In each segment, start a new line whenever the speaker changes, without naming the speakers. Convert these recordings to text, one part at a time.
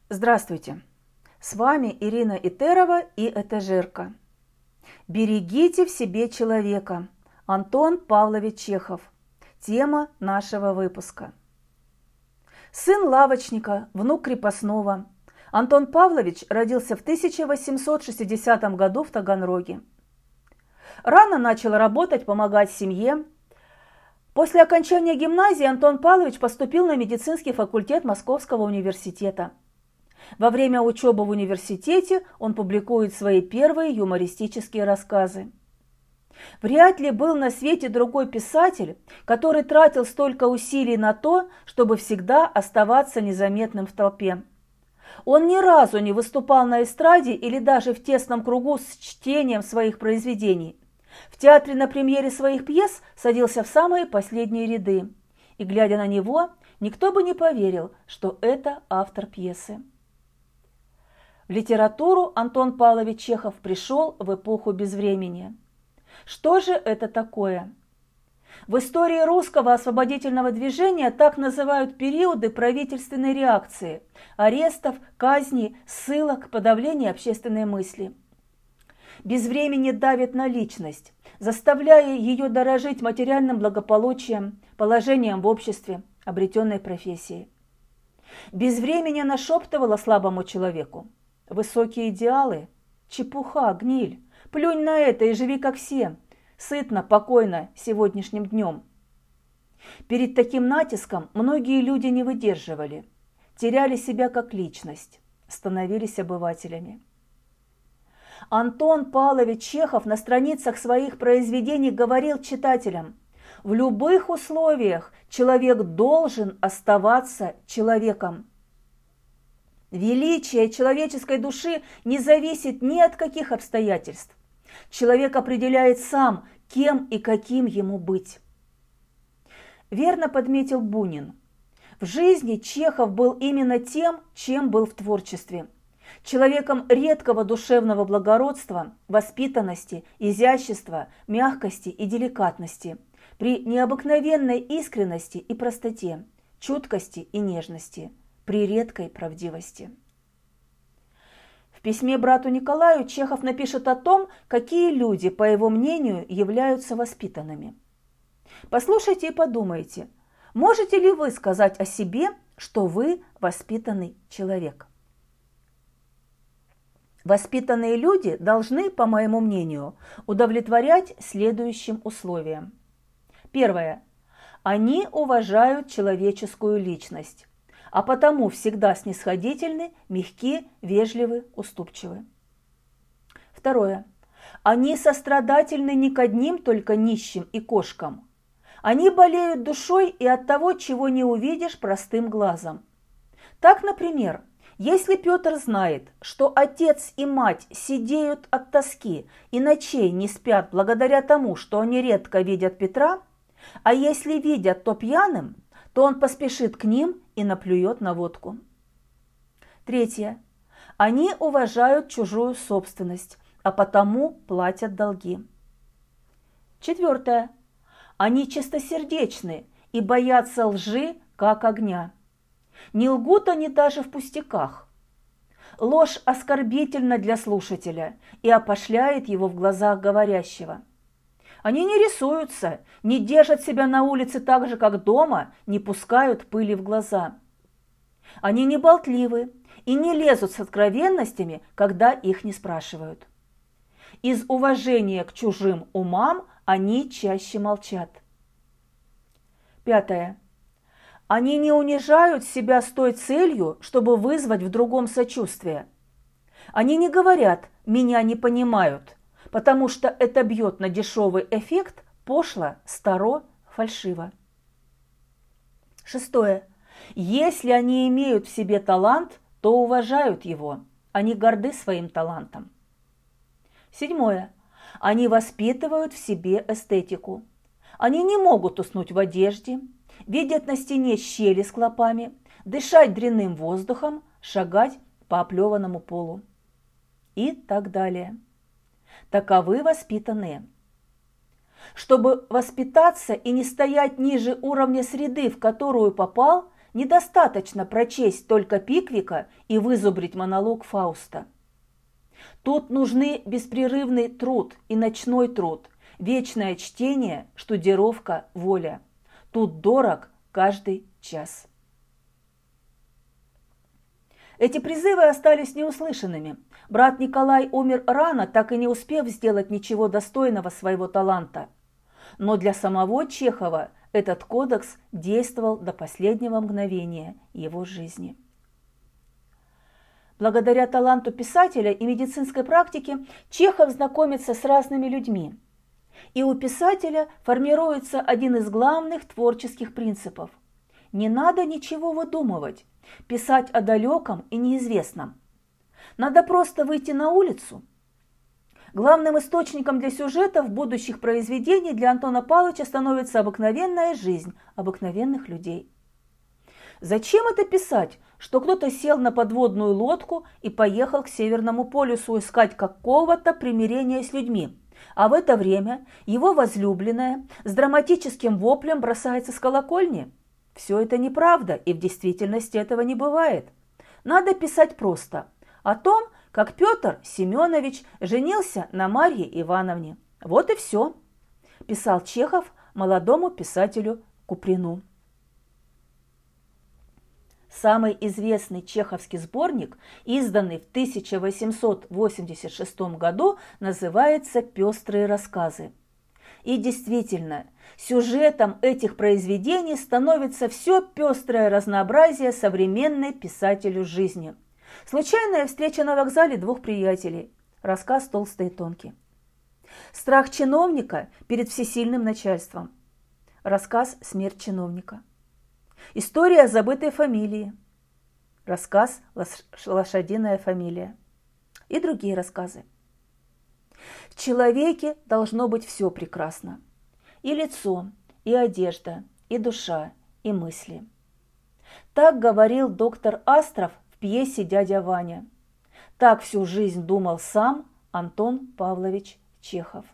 Здравствуйте! С вами Ирина Итерова и Этажерка. Берегите в себе человека. Антон Павлович Чехов. Тема нашего выпуска. Сын лавочника, внук крепостного. Антон Павлович родился в 1860 году в Таганроге. Рано начал работать, помогать семье. После окончания гимназии Антон Павлович поступил на медицинский факультет Московского университета. Во время учебы в университете он публикует свои первые юмористические рассказы. Вряд ли был на свете другой писатель, который тратил столько усилий на то, чтобы всегда оставаться незаметным в толпе. Он ни разу не выступал на эстраде или даже в тесном кругу с чтением своих произведений. В театре на премьере своих пьес садился в самые последние ряды, и, глядя на него, никто бы не поверил, что это автор пьесы. В литературу Антон Павлович Чехов пришел в эпоху безвремени. Что же это такое? В истории русского освободительного движения так называют периоды правительственной реакции – арестов, казней, ссылок, подавления общественной мысли. Безвремение давит на личность, заставляя ее дорожить материальным благополучием, положением в обществе, обретенной профессией. Безвремение нашептывало слабому человеку: высокие идеалы – чепуха, гниль, плюнь на это и живи как все, сытно, покойно сегодняшним днем. Перед таким натиском многие люди не выдерживали, теряли себя как личность, становились обывателями. Антон Павлович Чехов на страницах своих произведений говорил читателям: в любых условиях человек должен оставаться человеком. Величие человеческой души не зависит ни от каких обстоятельств. Человек определяет сам, кем и каким ему быть. Верно подметил Бунин. В жизни Чехов был именно тем, чем был в творчестве. Человеком редкого душевного благородства, воспитанности, изящества, мягкости и деликатности, при необыкновенной искренности и простоте, чуткости и нежности, при редкой правдивости. В письме брату Николаю Чехов напишет о том, какие люди, по его мнению, являются воспитанными. Послушайте и подумайте, можете ли вы сказать о себе, что вы воспитанный человек? Воспитанные люди должны, по моему мнению, удовлетворять следующим условиям. Первое. Они уважают человеческую личность, а потому всегда снисходительны, мягки, вежливы, уступчивы. Второе. Они сострадательны не к одним только нищим и кошкам. Они болеют душой и от того, чего не увидишь простым глазом. Так, например, если Петр знает, что отец и мать сидеют от тоски и ночей не спят благодаря тому, что они редко видят Петра, а если видят, то пьяным, то он поспешит к ним и наплюет на водку. Третье. Они уважают чужую собственность, а потому платят долги. Четвертое. Они чистосердечны и боятся лжи, как огня. Не лгут они даже в пустяках. Ложь оскорбительна для слушателя и опошляет его в глазах говорящего. Они не рисуются, не держат себя на улице так же, как дома, не пускают пыли в глаза. Они не болтливы и не лезут с откровенностями, когда их не спрашивают. Из уважения к чужим умам они чаще молчат. Пятое. Они не унижают себя с той целью, чтобы вызвать в другом сочувствие. Они не говорят «меня не понимают», потому что это бьет на дешевый эффект, пошло, старо, фальшиво. Шестое. Если они имеют в себе талант, то уважают его, они горды своим талантом. Седьмое. Они воспитывают в себе эстетику. Они не могут уснуть в одежде, видят на стене щели с клопами, дышать дрянным воздухом, шагать по оплеванному полу. И так далее. Таковы воспитанные. Чтобы воспитаться и не стоять ниже уровня среды, в которую попал, Недостаточно прочесть только Пиквика и вызубрить монолог Фауста. Тут нужны беспрерывный труд и ночной труд, вечное чтение, штудировка, воля. Тут дорог каждый час. Эти призывы остались неуслышанными. Брат Николай умер рано, так и не успев сделать ничего достойного своего таланта. Но для самого Чехова этот кодекс действовал до последнего мгновения его жизни. Благодаря таланту писателя и медицинской практике Чехов знакомится с разными людьми. И у писателя формируется один из главных творческих принципов. Не надо ничего выдумывать, писать о далеком и неизвестном. Надо просто выйти на улицу. Главным источником для сюжетов будущих произведений для Антона Павловича становится обыкновенная жизнь обыкновенных людей. Зачем это писать, что кто-то сел на подводную лодку и поехал к Северному полюсу искать какого-то примирения с людьми, а в это время его возлюбленная с драматическим воплем бросается с колокольни? Все это неправда, и в действительности этого не бывает. Надо писать просто о том, как Петр Семенович женился на Марье Ивановне. Вот и все, писал Чехов молодому писателю Куприну. Самый известный чеховский сборник, изданный в 1886 году, называется «Пестрые рассказы». И действительно, сюжетом этих произведений становится все пестрое разнообразие современной писателю жизни. Случайная встреча на вокзале двух приятелей. Рассказ «Толстый и тонкий». Страх чиновника перед всесильным начальством. Рассказ «Смерть чиновника». История забытой фамилии. Рассказ «Лошадиная фамилия». И другие рассказы. В человеке должно быть все прекрасно. И лицо, и одежда, и душа, и мысли. Так говорил доктор Астров в пьесе «Дядя Ваня». Так всю жизнь думал сам Антон Павлович Чехов.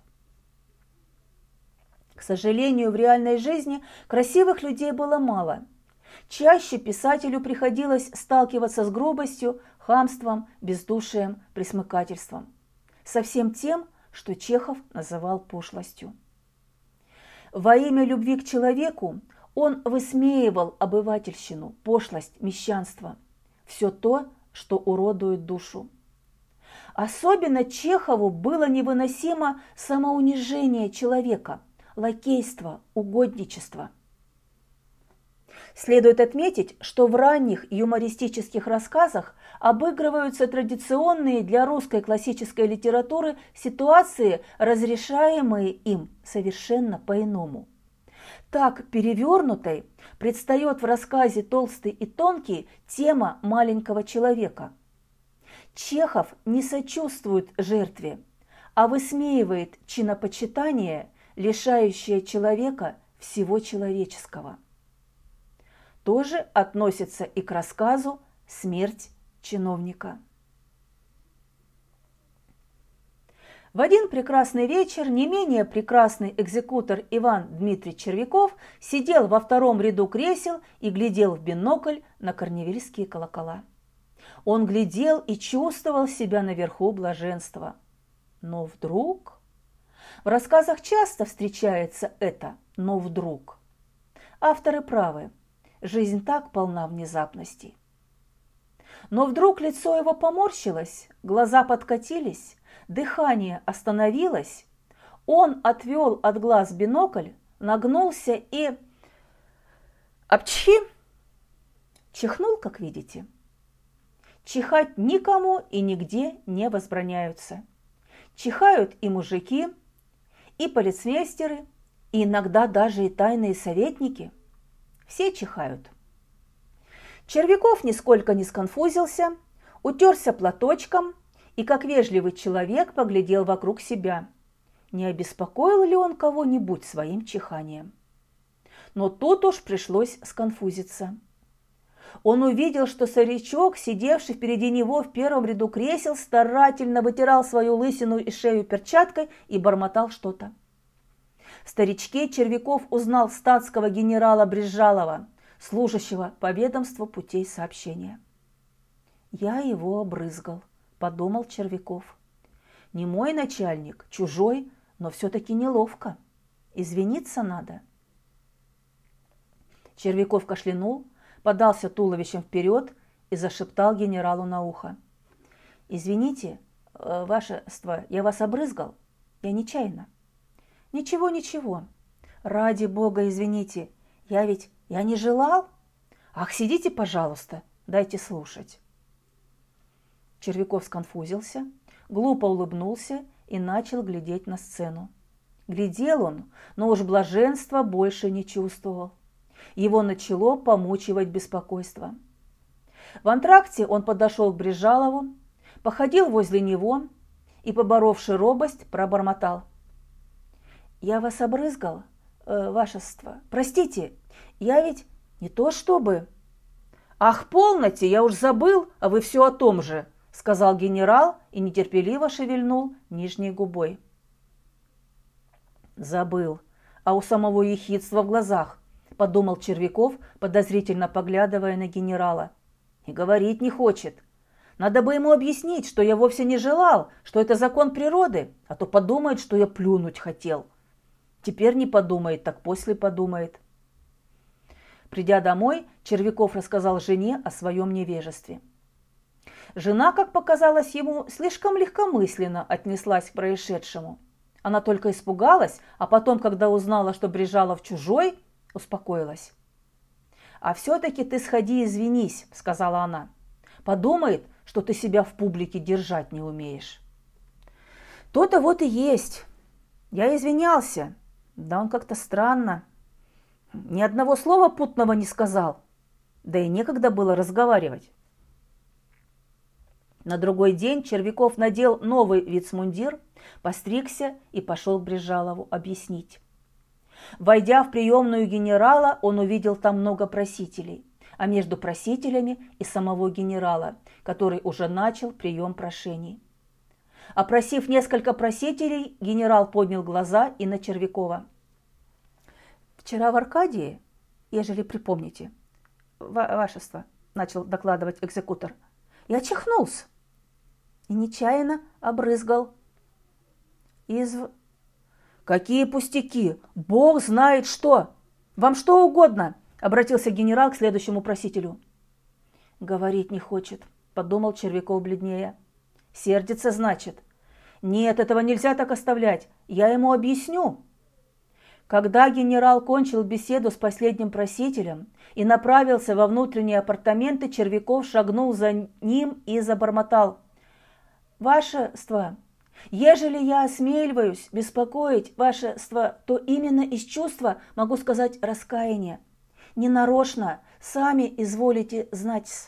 К сожалению, в реальной жизни красивых людей было мало. Чаще писателю приходилось сталкиваться с грубостью, хамством, бездушием, пресмыкательством. Со всем тем, что Чехов называл пошлостью. Во имя любви к человеку он высмеивал обывательщину, пошлость, мещанство. Все то, что уродует душу. Особенно Чехову было невыносимо самоунижение человека, лакейство, угодничество. Следует отметить, что в ранних юмористических рассказах обыгрываются традиционные для русской классической литературы ситуации, разрешаемые им совершенно по-иному. Так перевернутой предстает в рассказе «Толстый и тонкий» тема маленького человека. Чехов не сочувствует жертве, а высмеивает чинопочитание, лишающее человека всего человеческого. Тоже относится и к рассказу «Смерть чиновника». В один прекрасный вечер не менее прекрасный экзекутор Иван Дмитриевич Червяков сидел во втором ряду кресел и глядел в бинокль на корневильские колокола. Он глядел и чувствовал себя наверху блаженства. Но вдруг... В рассказах часто встречается это «но вдруг». Авторы правы. Жизнь так полна внезапностей. Но вдруг лицо его поморщилось, глаза подкатились, дыхание остановилось, он отвел от глаз бинокль, нагнулся и... Апчхи! Чихнул, как видите. Чихать никому и нигде не возбраняются. Чихают и мужики, и полицмейстеры, и иногда даже и тайные советники. Все чихают. Червяков нисколько не сконфузился, утерся платочком и, как вежливый человек, поглядел вокруг себя. Не обеспокоил ли он кого-нибудь своим чиханием? Но тут уж пришлось сконфузиться. Он увидел, что старичок, сидевший впереди него в первом ряду кресел, старательно вытирал свою лысину и шею перчаткой и бормотал что-то. В старичке Червяков узнал статского генерала Брезжалова, служащего по ведомству путей сообщения. «Я его обрызгал», – подумал Червяков. «Не мой начальник, чужой, но все-таки неловко. Извиниться надо». Червяков кашлянул, подался туловищем вперед и зашептал генералу на ухо. «Извините, вашество, я вас обрызгал? Я нечаянно». «Ничего, ничего. Ради бога, извините. Я не желал? Ах, сидите, пожалуйста, дайте слушать». Червяков сконфузился, глупо улыбнулся и начал глядеть на сцену. Глядел он, но уж блаженства больше не чувствовал. Его начало помучивать беспокойство. В антракте он подошел к Брижалову, походил возле него и, поборовши робость, пробормотал. «Я вас обрызгал, вашество. Простите, я ведь не то чтобы...» «Ах, полноте, я уж забыл, а вы все о том же», — сказал генерал и нетерпеливо шевельнул нижней губой. «Забыл, а у самого ехидства в глазах», — подумал Червяков, подозрительно поглядывая на генерала. «И говорить не хочет. Надо бы ему объяснить, что я вовсе не желал, что это закон природы, а то подумает, что я плюнуть хотел. Теперь не подумает, так после подумает». Придя домой, Червяков рассказал жене о своем невежестве. Жена, как показалось ему, слишком легкомысленно отнеслась к происшедшему. Она только испугалась, а потом, когда узнала, что Брижалов чужой, успокоилась. «А все-таки ты сходи извинись», — сказала она. «Подумает, что ты себя в публике держать не умеешь». «То-то вот и есть. Я извинялся. Да он как-то странно. Ни одного слова путного не сказал. Да и некогда было разговаривать». На другой день Червяков надел новый вицмундир, постригся и пошел к Брижалову объяснить. Войдя в приемную генерала, он увидел там много просителей, а между просителями и самого генерала, который уже начал прием прошений. Опросив несколько просителей, генерал поднял глаза и на Червякова. «Вчера в Аркадии, ежели припомните, вашество, — начал докладывать экзекутор, — я чихнулся и нечаянно обрызгал из...» «Какие пустяки! Бог знает что! Вам что угодно!» — обратился генерал к следующему просителю. «Говорить не хочет», — подумал Червяков бледнее. «Сердится, значит? Нет, этого нельзя так оставлять. Я ему объясню». Когда генерал кончил беседу с последним просителем и направился во внутренние апартаменты, Червяков шагнул за ним и забормотал. «Вашество, ежели я осмеливаюсь беспокоить вашество, то именно из чувства, могу сказать, раскаяния. Ненарочно, сами изволите знать».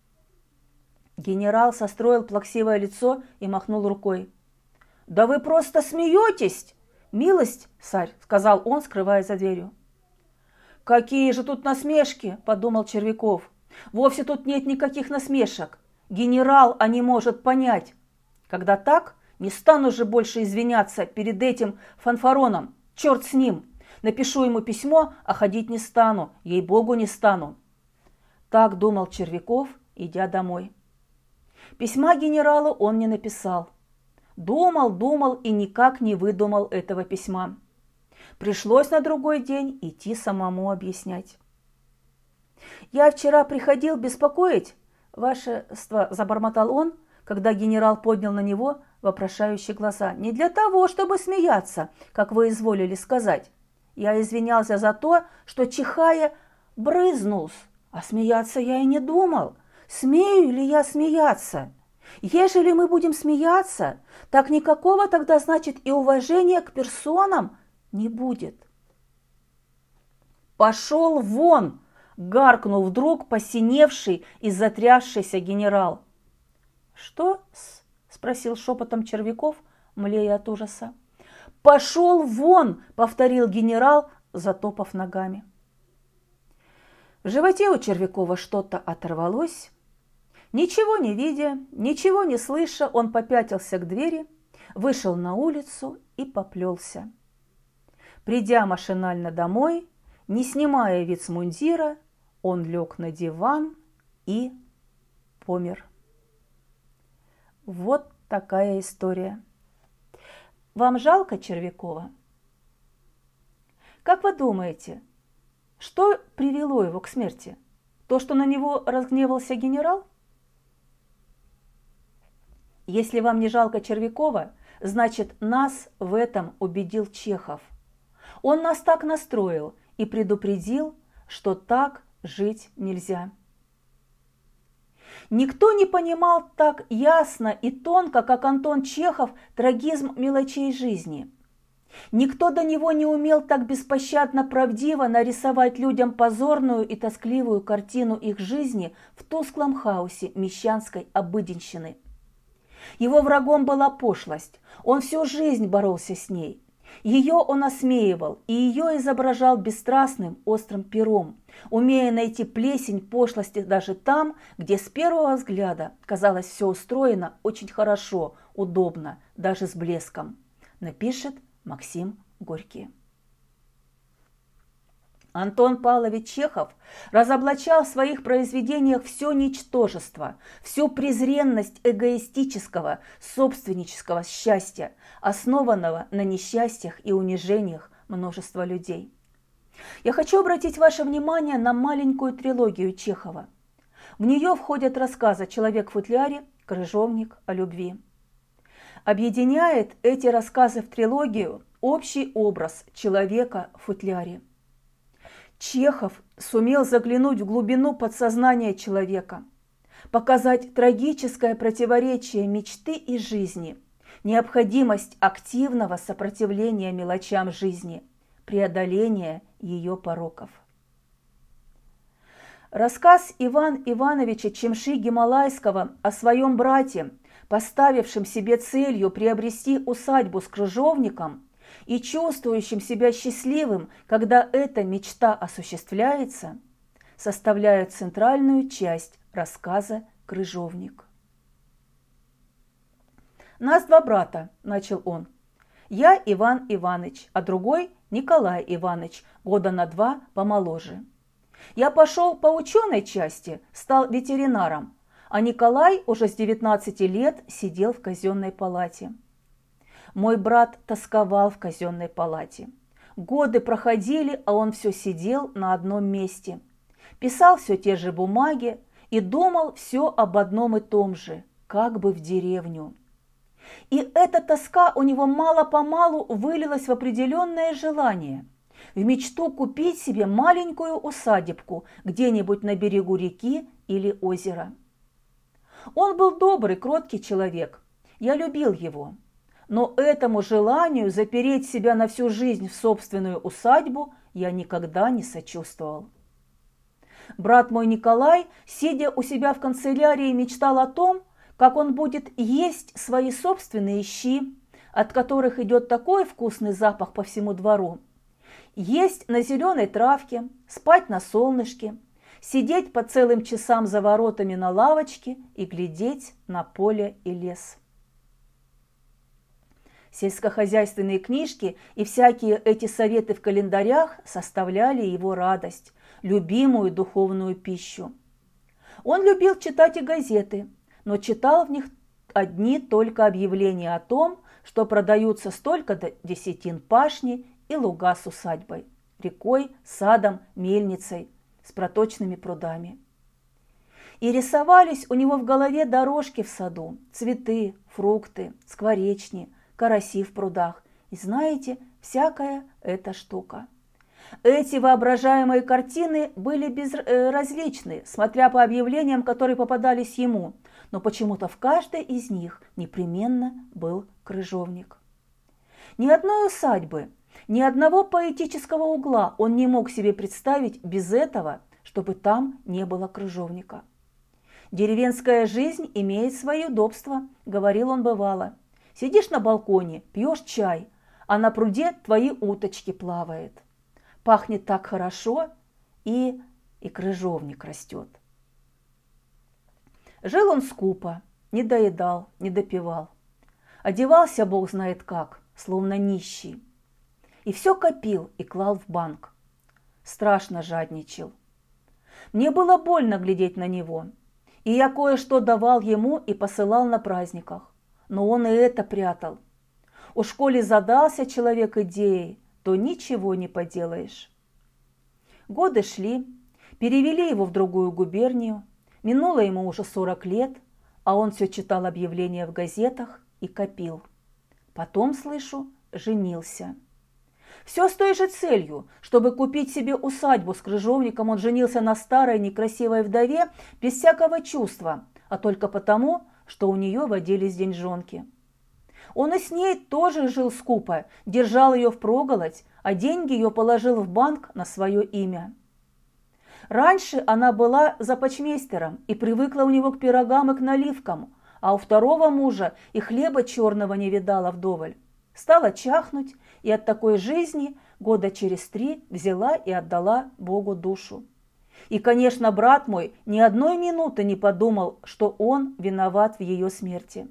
Генерал состроил плаксивое лицо и махнул рукой. «Да вы просто смеетесь! Милость, царь!» — сказал он, скрываясь за дверью. «Какие же тут насмешки!» — подумал Червяков. «Вовсе тут нет никаких насмешек. Генерал, а не может понять. Когда так, не стану же больше извиняться перед этим фанфароном. Черт с ним! Напишу ему письмо, а ходить не стану, ей-богу, не стану». Так думал Червяков, идя домой. Письма генералу он не написал. Думал и никак не выдумал этого письма. Пришлось на другой день идти самому объяснять. «Я вчера приходил беспокоить, вашество», – забормотал он, когда генерал поднял на него вопрошающие глаза. «Не для того, чтобы смеяться, как вы изволили сказать. Я извинялся за то, что, чихая, брызнулся, а смеяться я и не думал. Смею ли я смеяться? Ежели мы будем смеяться, так никакого тогда, значит, и уважения к персонам не будет». «Пошел вон!» – гаркнул вдруг посиневший и затрясшийся генерал. «Что-с?» – спросил шепотом Червяков, млея от ужаса. «Пошел вон!» – повторил генерал, затопав ногами. В животе у Червякова что-то оторвалось. Ничего не видя, ничего не слыша, он попятился к двери, вышел на улицу и поплелся. Придя машинально домой, не снимая вицмундира, Он лег на диван и помер. Вот такая история. Вам жалко Червякова? Как вы думаете, что привело его к смерти? То, что на него разгневался генерал? Если вам не жалко Червякова, значит, нас в этом убедил Чехов. Он нас так настроил и предупредил, что так жить нельзя. Никто не понимал так ясно и тонко, как Антон Чехов, трагизм мелочей жизни. Никто до него не умел так беспощадно правдиво нарисовать людям позорную и тоскливую картину их жизни в тусклом хаосе мещанской обыденщины. Его врагом была пошлость, он всю жизнь боролся с ней. Ее он осмеивал и ее изображал бесстрастным острым пером, умея найти плесень пошлости даже там, где с первого взгляда казалось все устроено очень хорошо, удобно, даже с блеском, напишет Максим Горький. Антон Павлович Чехов разоблачал в своих произведениях все ничтожество, всю презренность эгоистического, собственнического счастья, основанного на несчастьях и унижениях множества людей. Я хочу обратить ваше внимание на маленькую трилогию Чехова. В нее входят рассказы «Человек в футляре», «Крыжовник», «О любви». Объединяет эти рассказы в трилогию общий образ человека в футляре. Чехов сумел заглянуть в глубину подсознания человека, показать трагическое противоречие мечты и жизни, необходимость активного сопротивления мелочам жизни, преодоления ее пороков. Рассказ Ивана Ивановича Чемши-Гималайского о своем брате, поставившем себе целью приобрести усадьбу с крыжовником и чувствующим себя счастливым, когда эта мечта осуществляется, составляют центральную часть рассказа «Крыжовник». «Нас два брата», – начал он. «Я Иван Иваныч, а другой Николай Иваныч, года на 2 помоложе. Я пошел по ученой части, стал ветеринаром, а Николай уже с 19 лет сидел в казенной палате. Мой брат тосковал в казенной палате. Годы проходили, а он все сидел на одном месте. Писал все те же бумаги и думал все об одном и том же, как бы в деревню. И эта тоска у него мало-помалу вылилась в определенное желание, в мечту купить себе маленькую усадебку где-нибудь на берегу реки или озера. Он был добрый, кроткий человек, я любил его. Но этому желанию запереть себя на всю жизнь в собственную усадьбу я никогда не сочувствовал. Брат мой Николай, сидя у себя в канцелярии, мечтал о том, как он будет есть свои собственные щи, от которых идет такой вкусный запах по всему двору, есть на зеленой травке, спать на солнышке, сидеть по целым часам за воротами на лавочке и глядеть на поле и лес. Сельскохозяйственные книжки и всякие эти советы в календарях составляли его радость, любимую духовную пищу. Он любил читать и газеты, но читал в них одни только объявления о том, что продаются столько десятин пашни и луга с усадьбой, рекой, садом, мельницей, с проточными прудами. И рисовались у него в голове дорожки в саду, цветы, фрукты, скворечни, караси в прудах. И знаете, всякая эта штука. Эти воображаемые картины были безразличны, смотря по объявлениям, которые попадались ему, но почему-то в каждой из них непременно был крыжовник. Ни одной усадьбы, ни одного поэтического угла он не мог себе представить без этого, чтобы там не было крыжовника. «Деревенская жизнь имеет свои удобства», — говорил он бывало. «Сидишь на балконе, пьешь чай, а на пруде твои уточки плавают. Пахнет так хорошо, и крыжовник растет». Жил он скупо, не доедал, не допивал. Одевался бог знает как, словно нищий. И все копил и клал в банк. Страшно жадничал. Мне было больно глядеть на него, и я кое-что давал ему и посылал на праздниках, но он и это прятал. Уж коли задался человек идеей, то ничего не поделаешь. Годы шли, перевели его в другую губернию, минуло ему уже 40 лет, а он все читал объявления в газетах и копил. Потом, слышу, женился. Все с той же целью, чтобы купить себе усадьбу с крыжовником, он женился на старой некрасивой вдове без всякого чувства, а только потому, что у нее водились деньжонки. Он и с ней тоже жил скупо, держал ее впроголодь, а деньги ее положил в банк на свое имя. Раньше она была започмейстером и привыкла у него к пирогам и к наливкам, а у второго мужа и хлеба черного не видала вдоволь. Стала чахнуть, и от такой жизни года через 3 взяла и отдала Богу душу. И, конечно, брат мой ни одной минуты не подумал, что он виноват в ее смерти.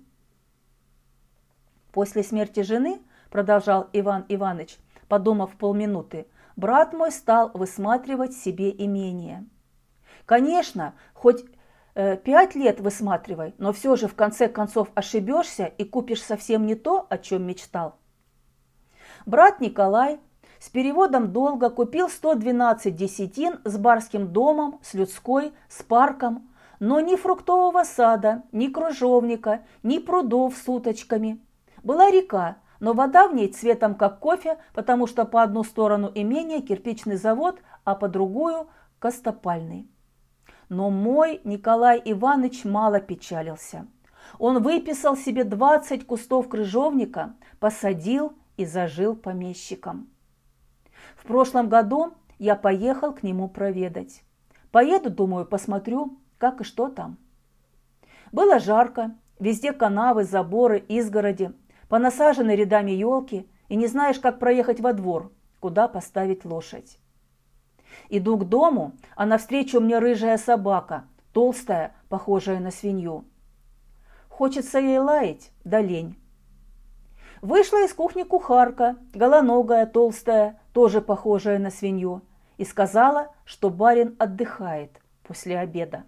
После смерти жены, продолжал Иван Иванович, подумав полминуты, брат мой стал высматривать себе имение. Конечно, хоть 5 лет высматривай, но все же в конце концов ошибешься и купишь совсем не то, о чем мечтал. Брат Николай с переводом долга купил 112 десятин с барским домом, с людской, с парком, но ни фруктового сада, ни крыжовника, ни прудов с уточками. Была река, но вода в ней цветом как кофе, потому что по одну сторону имения кирпичный завод, а по другую – костопальный. Но мой Николай Иванович мало печалился. Он выписал себе 20 кустов крыжовника, посадил и зажил помещиком. В прошлом году я поехал к нему проведать. Поеду, думаю, посмотрю, как и что там. Было жарко, везде канавы, заборы, изгороди, понасажены рядами елки, и не знаешь, как проехать во двор, куда поставить лошадь. Иду к дому, а навстречу мне рыжая собака, толстая, похожая на свинью. Хочется ей лаять, да лень. Вышла из кухни кухарка, голоногая, толстая, тоже похожая на свинью, и сказала, что барин отдыхает после обеда.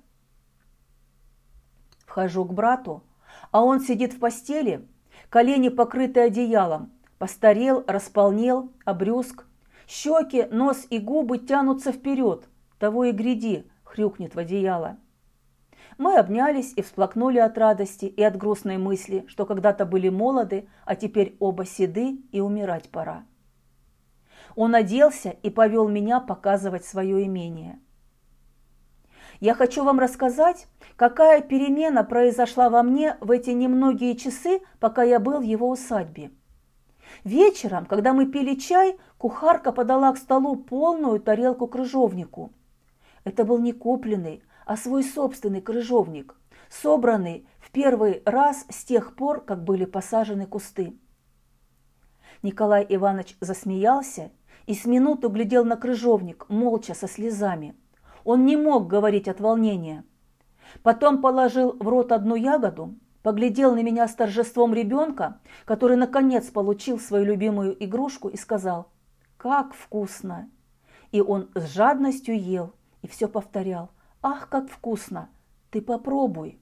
Вхожу к брату, а он сидит в постели, колени покрыты одеялом, постарел, располнел, обрюзг, щеки, нос и губы тянутся вперед, того и гряди, хрюкнет в одеяло. Мы обнялись и всплакнули от радости и от грустной мысли, что когда-то были молоды, а теперь оба седы и умирать пора. Он оделся и повел меня показывать свое имение. Я хочу вам рассказать, какая перемена произошла во мне в эти немногие часы, пока я был в его усадьбе. Вечером, когда мы пили чай, кухарка подала к столу полную тарелку крыжовнику. Это был не купленный, а свой собственный крыжовник, собранный в первый раз с тех пор, как были посажены кусты. Николай Иванович засмеялся и с минуту глядел на крыжовник, молча, со слезами. Он не мог говорить от волнения. Потом положил в рот одну ягоду, поглядел на меня с торжеством ребенка, который наконец получил свою любимую игрушку, и сказал: «Как вкусно!» И он с жадностью ел и все повторял: «Ах, как вкусно! Ты попробуй!»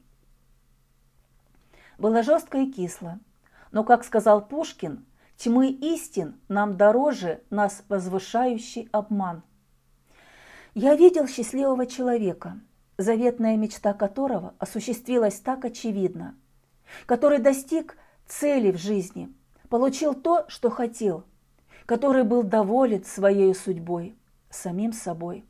Было жестко и кисло, но, как сказал Пушкин, тьмы истин нам дороже нас возвышающий обман. Я видел счастливого человека, заветная мечта которого осуществилась так очевидно, который достиг цели в жизни, получил то, что хотел, который был доволен своей судьбой, самим собой.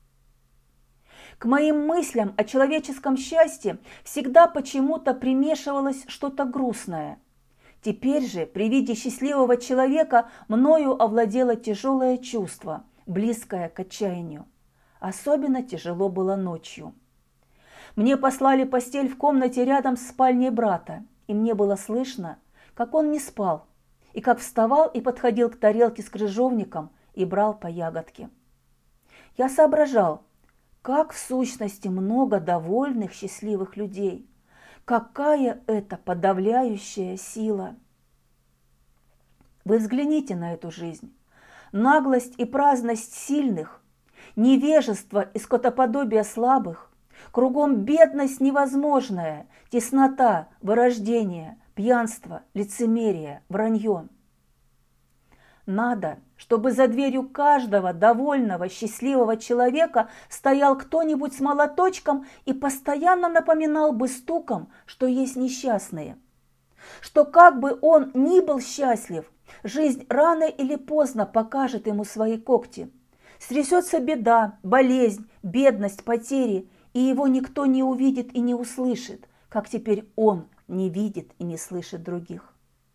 К моим мыслям о человеческом счастье всегда почему-то примешивалось что-то грустное. Теперь же при виде счастливого человека мною овладело тяжелое чувство, близкое к отчаянию. Особенно тяжело было ночью. Мне послали постель в комнате рядом с спальней брата, и мне было слышно, как он не спал, и как вставал и подходил к тарелке с крыжовником и брал по ягодке. Я соображал, как в сущности много довольных, счастливых людей. Какая это подавляющая сила! Вы взгляните на эту жизнь. Наглость и праздность сильных, невежество и скотоподобие слабых, кругом бедность невозможная, теснота, вырождение, пьянство, лицемерие, вранье. Надо, чтобы за дверью каждого довольного, счастливого человека стоял кто-нибудь с молоточком и постоянно напоминал бы стуком, что есть несчастные. Что как бы он ни был счастлив, жизнь рано или поздно покажет ему свои когти. Стрясется беда, болезнь, бедность, потери, и его никто не увидит и не услышит, как теперь он не видит и не слышит других.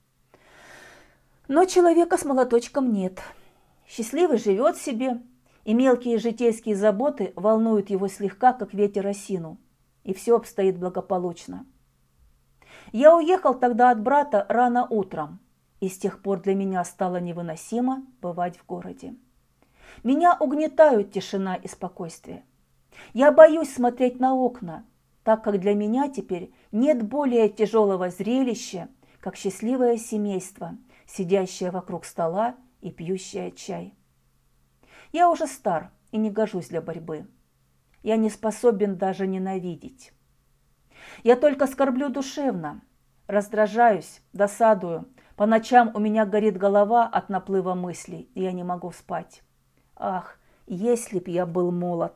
Но человека с молоточком нет. Счастливый живет себе, и мелкие житейские заботы волнуют его слегка, как ветер осину, и все обстоит благополучно. Я уехал тогда от брата рано утром, и с тех пор для меня стало невыносимо бывать в городе. Меня угнетают тишина и спокойствие. Я боюсь смотреть на окна, так как для меня теперь нет более тяжелого зрелища, как счастливое семейство, сидящее вокруг стола и пьющее чай. Я уже стар и не гожусь для борьбы. Я не способен даже ненавидеть. Я только скорблю душевно, раздражаюсь, досадую. По ночам у меня горит голова от наплыва мыслей, и я не могу спать. Ах, если б я был молод!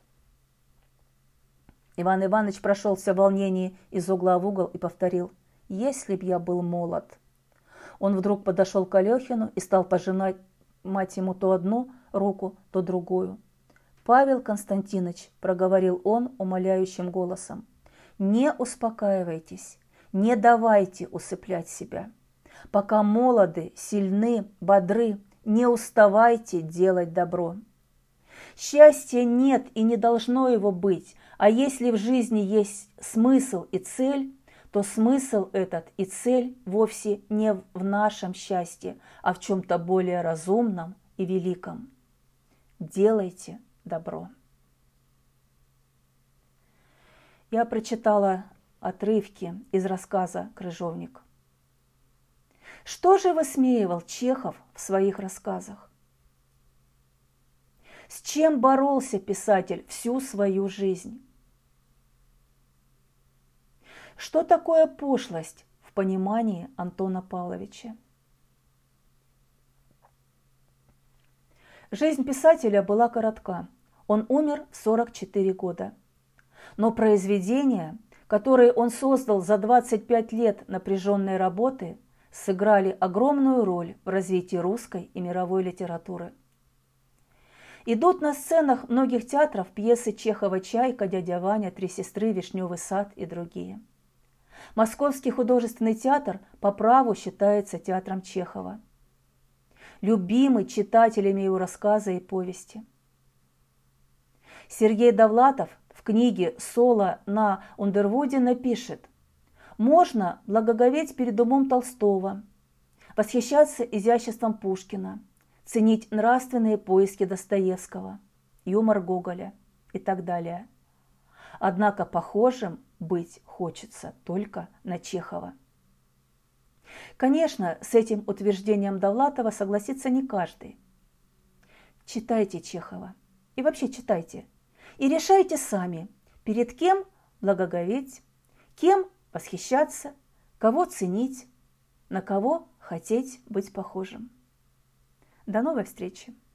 Иван Иванович прошелся в волнении из угла в угол и повторил: «Если б я был молод». Он вдруг подошел к Алехину и стал пожимать ему то одну руку, то другую. «Павел Константинович», – проговорил он умоляющим голосом, – «не успокаивайтесь, не давайте усыплять себя. Пока молоды, сильны, бодры, не уставайте делать добро. Счастья нет и не должно его быть, а если в жизни есть смысл и цель, то смысл этот и цель вовсе не в нашем счастье, а в чем-то более разумном и великом. Делайте добро». Я прочитала отрывки из рассказа «Крыжовник». Что же высмеивал Чехов в своих рассказах? С чем боролся писатель всю свою жизнь? Что такое пошлость в понимании Антона Павловича? Жизнь писателя была коротка. Он умер в 44 года. Но произведения, которые он создал за 25 лет напряженной работы, сыграли огромную роль в развитии русской и мировой литературы. Идут на сценах многих театров пьесы Чехова «Чайка», «Дядя Ваня», «Три сестры», «Вишневый сад» и другие. Московский художественный театр по праву считается театром Чехова, любимый читателями его рассказы и повести. Сергей Довлатов в книге «Соло на Ундервуде» напишет: «Можно благоговеть перед умом Толстого, восхищаться изяществом Пушкина, ценить нравственные поиски Достоевского, юмор Гоголя и так далее. Однако похожим быть хочется только на Чехова». Конечно, с этим утверждением Довлатова согласится не каждый. Читайте Чехова. И вообще читайте. И решайте сами, перед кем благоговеть, кем восхищаться, кого ценить, на кого хотеть быть похожим. До новой встречи!